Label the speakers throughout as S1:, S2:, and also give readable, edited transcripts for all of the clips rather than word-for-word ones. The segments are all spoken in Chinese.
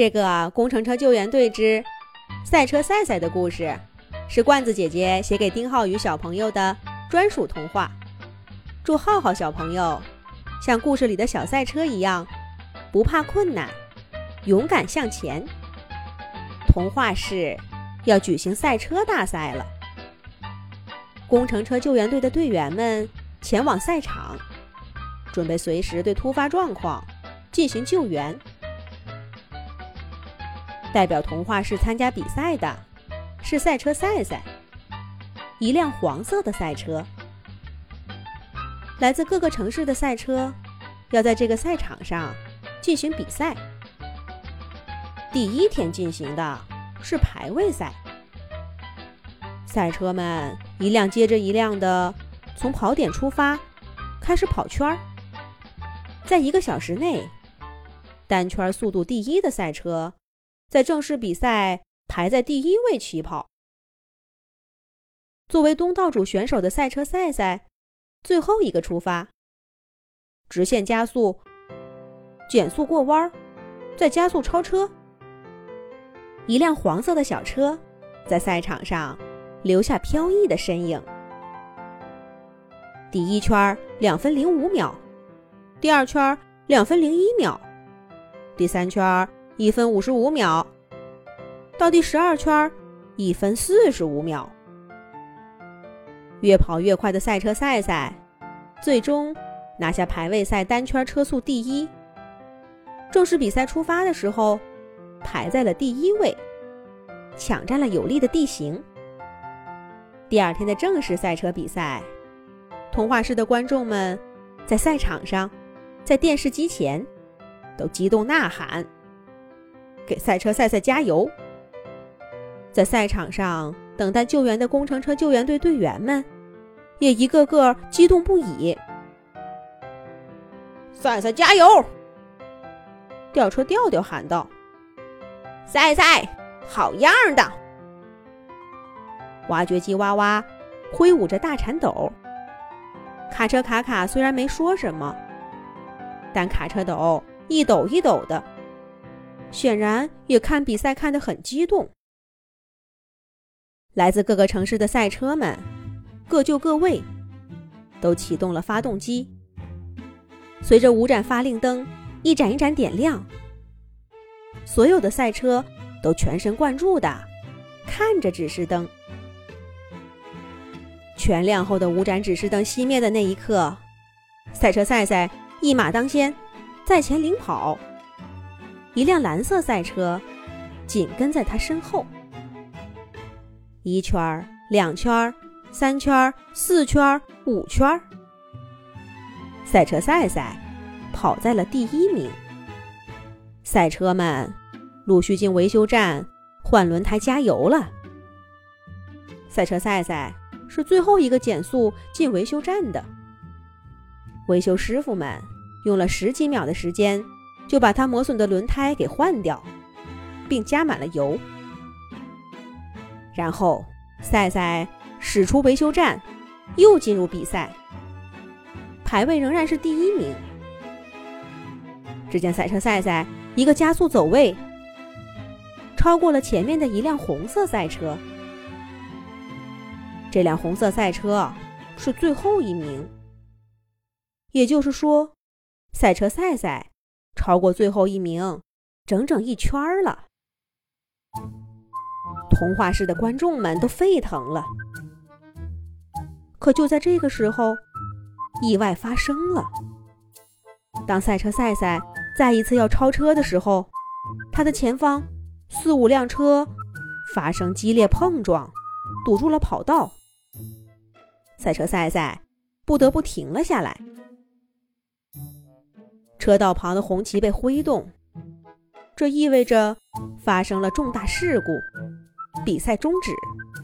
S1: 这个工程车救援队之赛车赛赛的故事，是罐子姐姐写给丁浩宇小朋友的专属童话。祝浩浩小朋友像故事里的小赛车一样，不怕困难，勇敢向前。童话是要举行赛车大赛了，工程车救援队的队员们前往赛场，准备随时对突发状况进行救援。代表童话市参加比赛的是赛车赛赛，一辆黄色的赛车。来自各个城市的赛车要在这个赛场上进行比赛。第一天进行的是排位赛，赛车们一辆接着一辆的从跑点出发，开始跑圈。在1个小时内，单圈速度第一的赛车在正式比赛排在第1位起跑。作为东道主选手的赛车赛赛最后一个出发，直线加速，减速过弯，再加速超车。一辆黄色的小车在赛场上留下飘逸的身影。第1圈2分05秒，第2圈2分01秒，第3圈1分55秒，到第12圈1分45秒。越跑越快的赛车赛赛最终拿下排位赛单圈车速第1。正式比赛出发的时候排在了第1位，抢占了有利的地形。第2天的正式赛车比赛，童话市的观众们在赛场上，在电视机前都激动呐喊，给赛车赛赛加油。在赛场上等待救援的工程车救援队队员们也一个个激动不已。赛赛加油！吊车调调喊道。赛赛好样的！挖掘机哇哇挥舞着大铲斗。卡车卡卡虽然没说什么，但卡车斗一抖一抖的，显然也看比赛看得很激动。来自各个城市的赛车们各就各位，都启动了发动机。随着5盏发令灯一盏一盏点亮，所有的赛车都全神贯注地看着指示灯。全亮后的5盏指示灯熄灭的那一刻，赛车赛赛一马当先，在前领跑，一辆蓝色赛车紧跟在他身后。1圈、2圈、3圈、4圈、5圈，赛车赛赛跑在了第1名。赛车们陆续进维修站换轮胎加油了。赛车赛赛是最后一个减速进维修站的。维修师傅们用了10几秒的时间就把它磨损的轮胎给换掉，并加满了油。然后赛赛驶出维修站，又进入比赛，排位仍然是第1名。只见赛车赛赛一个加速走位，超过了前面的一辆红色赛车。这辆红色赛车是最后1名，也就是说，赛车赛赛超过最后1名整整1圈了。童话市的观众们都沸腾了。可就在这个时候，意外发生了。当赛车赛赛再一次要超车的时候，他的前方4、5辆车发生激烈碰撞，堵住了跑道。赛车赛赛不得不停了下来。车道旁的红旗被挥动，这意味着发生了重大事故，比赛终止。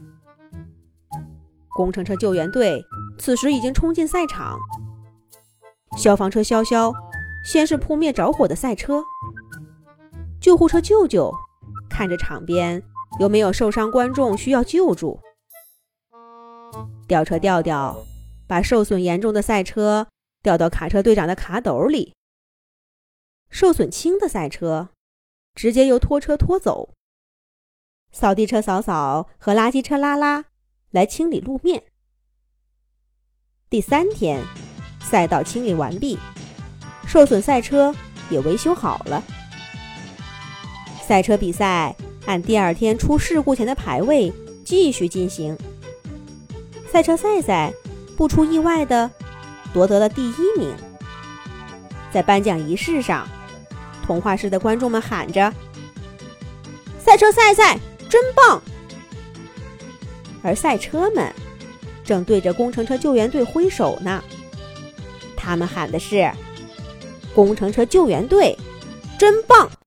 S1: 工程车救援队此时已经冲进赛场，消防车潇潇先是扑灭着火的赛车，救护车舅舅看着场边有没有受伤观众需要救助。吊车调调把受损严重的赛车调到卡车队长的卡斗里，受损轻的赛车直接由拖车拖走。扫地车扫扫和垃圾车拉拉来清理路面。第3天，赛道清理完毕，受损赛车也维修好了。赛车比赛按第2天出事故前的排位继续进行。赛车赛赛不出意外的夺得了第1名。在颁奖仪式上，童话市的观众们喊着：“赛车赛赛真棒！”而赛车们正对着工程车救援队挥手呢，他们喊的是：“工程车救援队真棒！”